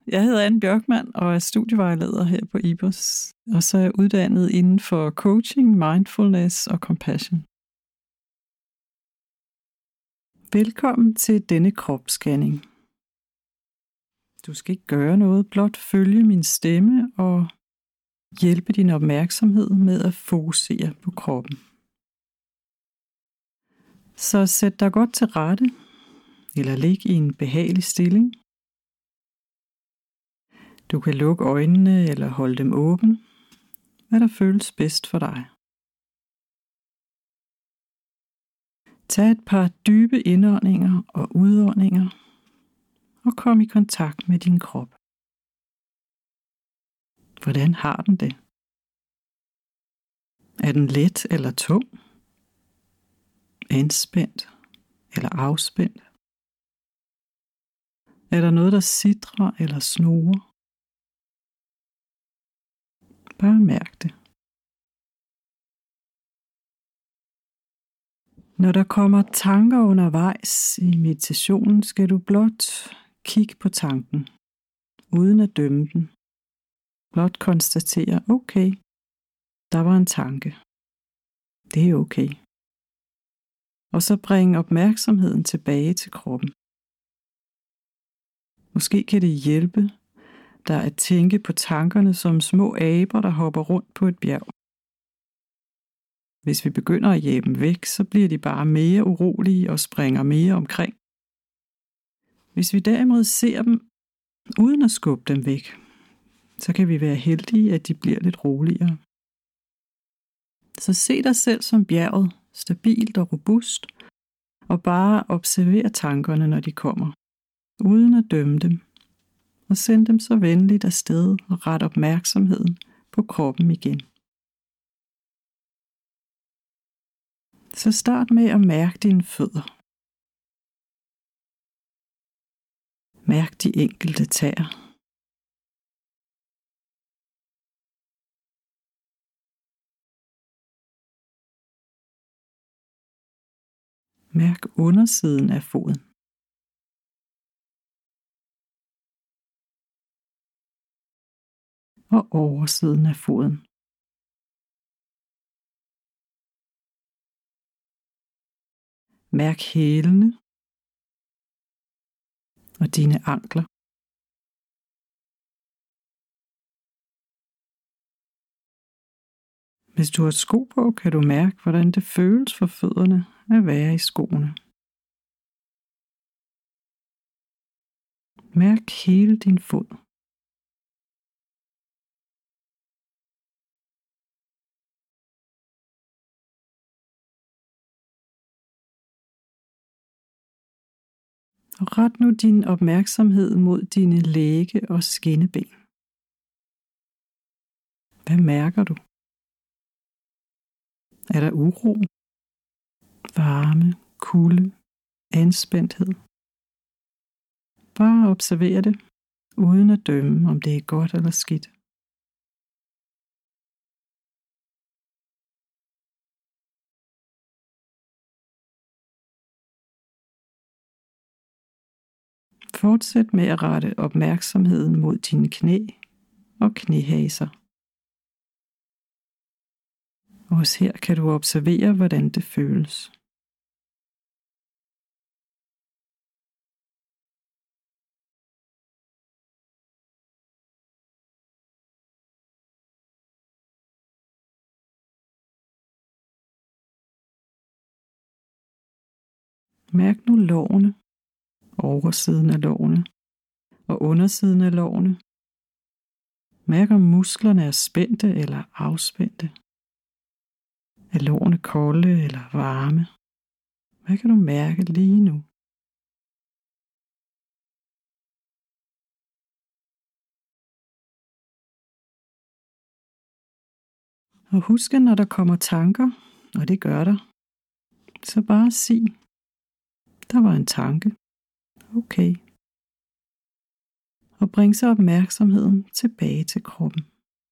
Jeg hedder Anne Bjørkman og er studievejleder her på IBOS, og så er jeg uddannet inden for coaching, mindfulness og compassion. Velkommen til denne kropsscanning. Du skal ikke gøre noget, blot følge min stemme og hjælpe din opmærksomhed med at fokusere på kroppen. Så sæt dig godt til rette, eller lig i en behagelig stilling. Du kan lukke øjnene eller holde dem åbne, hvad der føles bedst for dig. Tag et par dybe indåndinger og udåndinger, og kom i kontakt med din krop. Hvordan har den det? Er den let eller tung? Anspændt eller afspændt? Er der noget, der sitrer eller snurrer? Bare mærk det. Når der kommer tanker undervejs i meditationen, skal du blot kigge på tanken, uden at dømme den. Blot konstatere, okay, der var en tanke. Det er okay. Og så bringe opmærksomheden tilbage til kroppen. Måske kan det hjælpe dig at tænke på tankerne som små aber, der hopper rundt på et bjerg. Hvis vi begynder at jage dem væk, så bliver de bare mere urolige og springer mere omkring. Hvis vi derimod ser dem uden at skubbe dem væk, så kan vi være heldige, at de bliver lidt roligere. Så se dig selv som bjerget, stabilt og robust, og bare observer tankerne, når de kommer, uden at dømme dem, og send dem så venligt afsted og ret opmærksomheden på kroppen igen. Så start med at mærke dine fødder. Mærk de enkelte tæer. Mærk undersiden af foden. Og oversiden af foden. Mærk hælene og dine ankler. Hvis du har sko på, kan du mærke, hvordan det føles for fødderne at være i skoene. Mærk hele din fod. Og ret nu din opmærksomhed mod dine lægge og skinneben. Hvad mærker du? Er der uro, varme, kulde, anspændthed? Bare observer det, uden at dømme, om det er godt eller skidt. Fortsæt med at rette opmærksomheden mod dine knæ og knæhaser. Også her kan du observere, hvordan det føles. Mærk nu lårene, oversiden af lårene og undersiden af lårene. Mærk om musklerne er spændte eller afspændte. Er lårene kolde eller varme? Hvad kan du mærke lige nu? Og husk, når der kommer tanker, og det gør der, så bare sig, der var en tanke. Okay. Og bring så opmærksomheden tilbage til kroppen.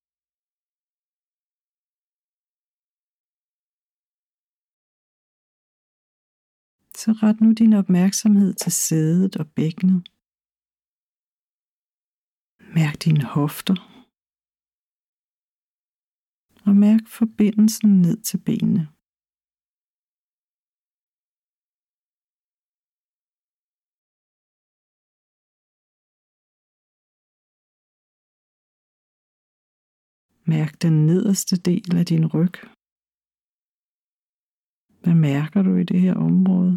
Så ret nu din opmærksomhed til sædet og bækkenet. Mærk dine hofter. Og mærk forbindelsen ned til benene. Mærk den nederste del af din ryg. Hvad mærker du i det her område?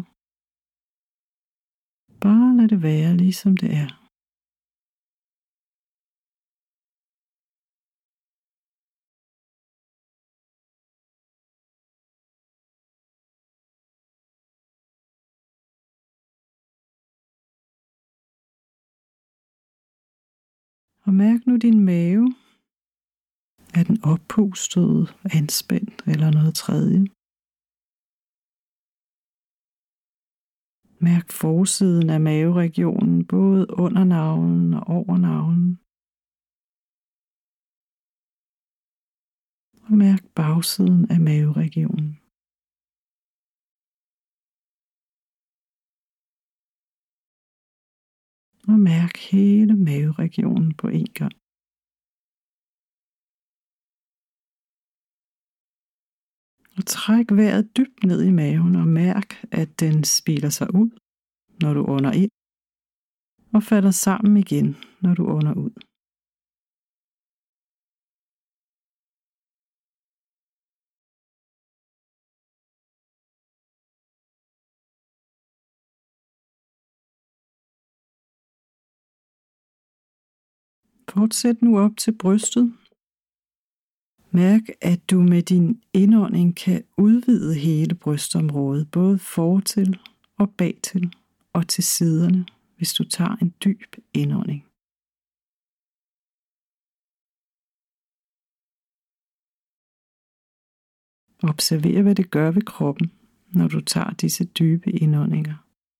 Bare lad det være ligesom det er. Og mærk nu din mave. Er den oppustet, anspændt eller noget tredje? Mærk forsiden af maveregionen, både under navlen og over navlen. Og mærk bagsiden af maveregionen. Og mærk hele maveregionen på en gang. Og træk vejret dybt ned i maven og mærk, at den spiller sig ud, når du ånder ind, og falder sammen igen, når du ånder ud. Fortsæt nu op til brystet. Mærk, at du med din indånding kan udvide hele brystområdet, både fortil og bagtil og til siderne, hvis du tager en dyb indånding. Observer, hvad det gør ved kroppen, når du tager disse dybe indåndinger.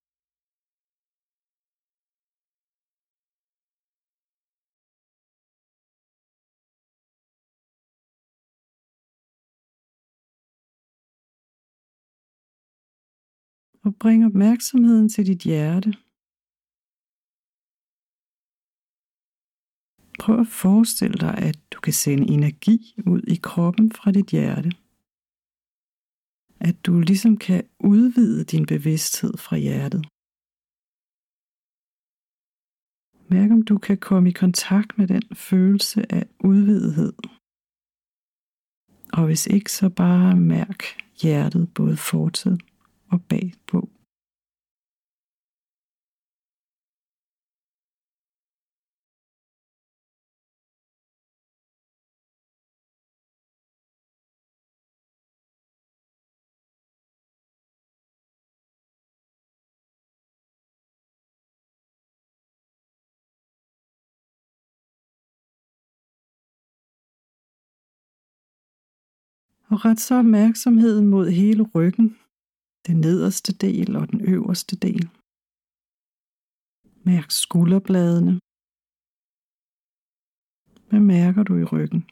Og bring opmærksomheden til dit hjerte. Prøv at forestille dig, at du kan sende energi ud i kroppen fra dit hjerte. At du ligesom kan udvide din bevidsthed fra hjertet. Mærk, om du kan komme i kontakt med den følelse af udvidenhed. Og hvis ikke, så bare mærk hjertet både fortil og bagpå. Og ret så opmærksomheden mod hele ryggen, den nederste del og den øverste del. Mærk skulderbladene. Hvad mærker du i ryggen?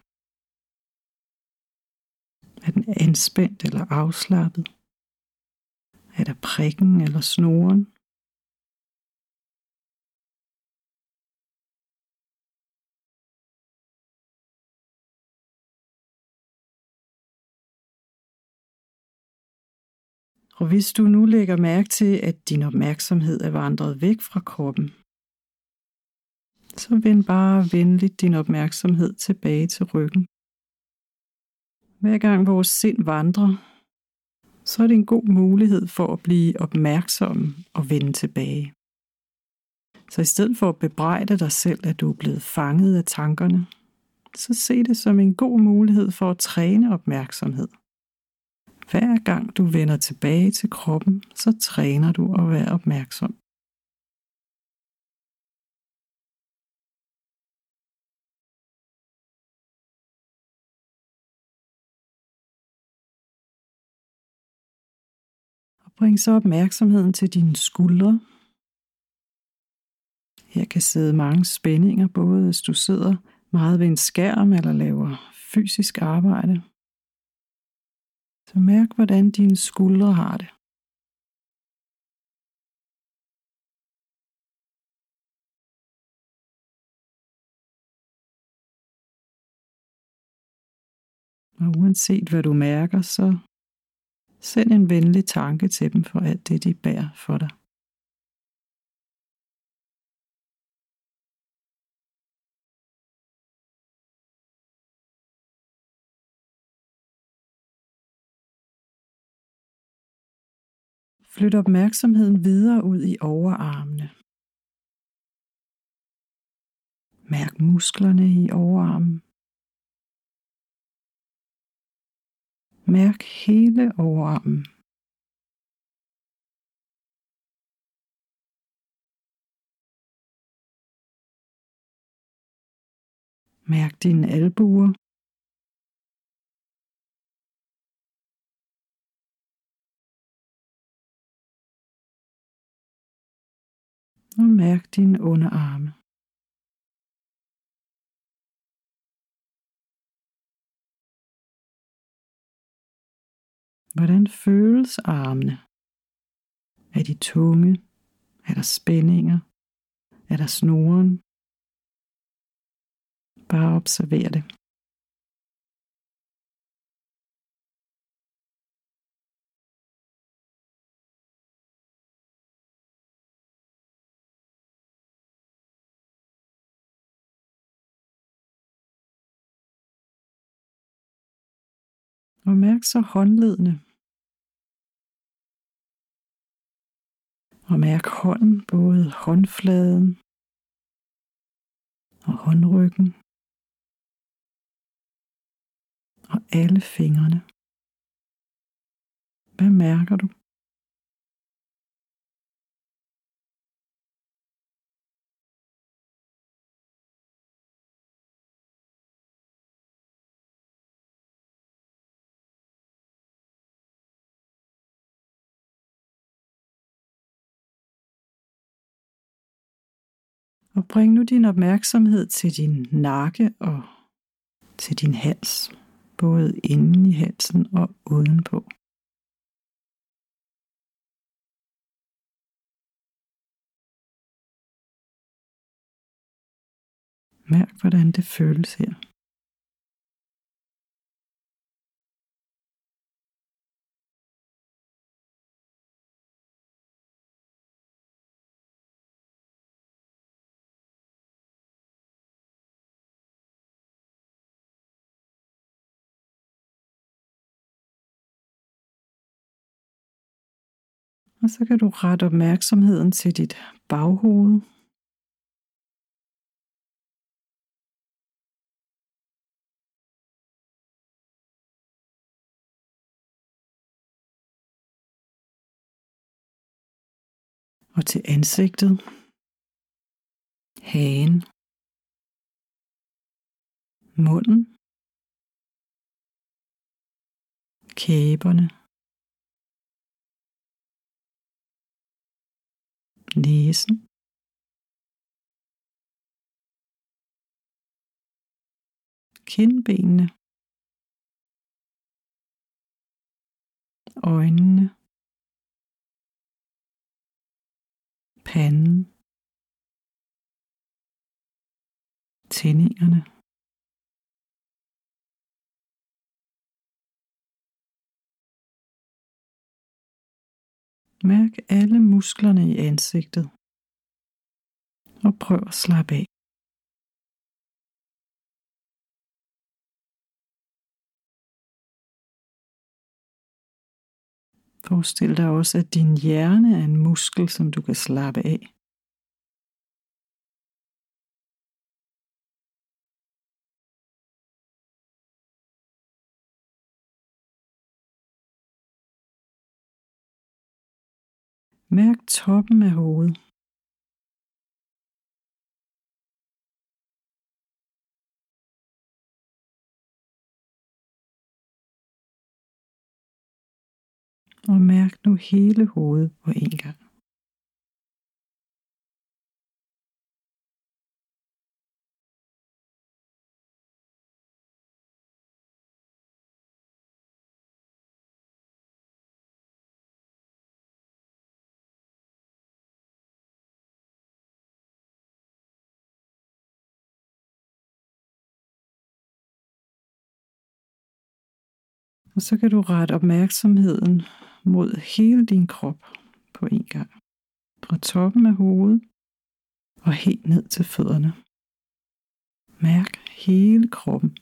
Er den anspændt eller afslappet? Er der prikken eller snoren? Og hvis du nu lægger mærke til, at din opmærksomhed er vandret væk fra kroppen, så vend bare venligt din opmærksomhed tilbage til ryggen. Hver gang vores sind vandrer, så er det en god mulighed for at blive opmærksom og vende tilbage. Så i stedet for at bebrejde dig selv, at du er blevet fanget af tankerne, så se det som en god mulighed for at træne opmærksomhed. Hver gang du vender tilbage til kroppen, så træner du at være opmærksom. Og bring så opmærksomheden til dine skuldre. Her kan sidde mange spændinger, både hvis du sidder meget ved en skærm eller laver fysisk arbejde. Så mærk, hvordan dine skuldre har det. Og uanset hvad du mærker, så send en venlig tanke til dem for alt det, de bærer for dig. Flyt opmærksomheden videre ud i overarmene. Mærk musklerne i overarmen. Mærk hele overarmen. Mærk dine albuer. Og mærk dine underarme. Hvordan føles armene? Er de tunge? Er der spændinger? Er der snoren? Bare observer det. Og mærk så håndledene. Og mærk hånden, både håndfladen og håndryggen. Og alle fingrene. Hvad mærker du? Og bring nu din opmærksomhed til din nakke og til din hals, både inde i halsen og udenpå. Mærk, hvordan det føles her. Og så kan du rette opmærksomheden til dit baghoved. Og til ansigtet, hagen, munden, kæberne, næsen, kindbenene, øjnene, panden, tændingerne. Mærk alle musklerne i ansigtet. Og prøv at slappe af. Forestil dig også, at din hjerne er en muskel, som du kan slappe af. Mærk toppen af hovedet. Og mærk nu hele hovedet på en gang. Og så kan du rette opmærksomheden mod hele din krop på en gang. Fra toppen af hovedet og helt ned til fødderne. Mærk hele kroppen.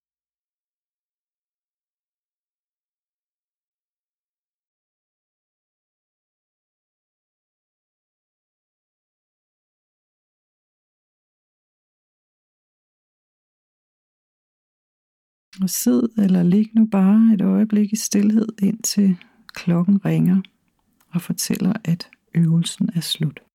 Og sid eller lig nu bare et øjeblik i stilhed, indtil klokken ringer og fortæller, at øvelsen er slut.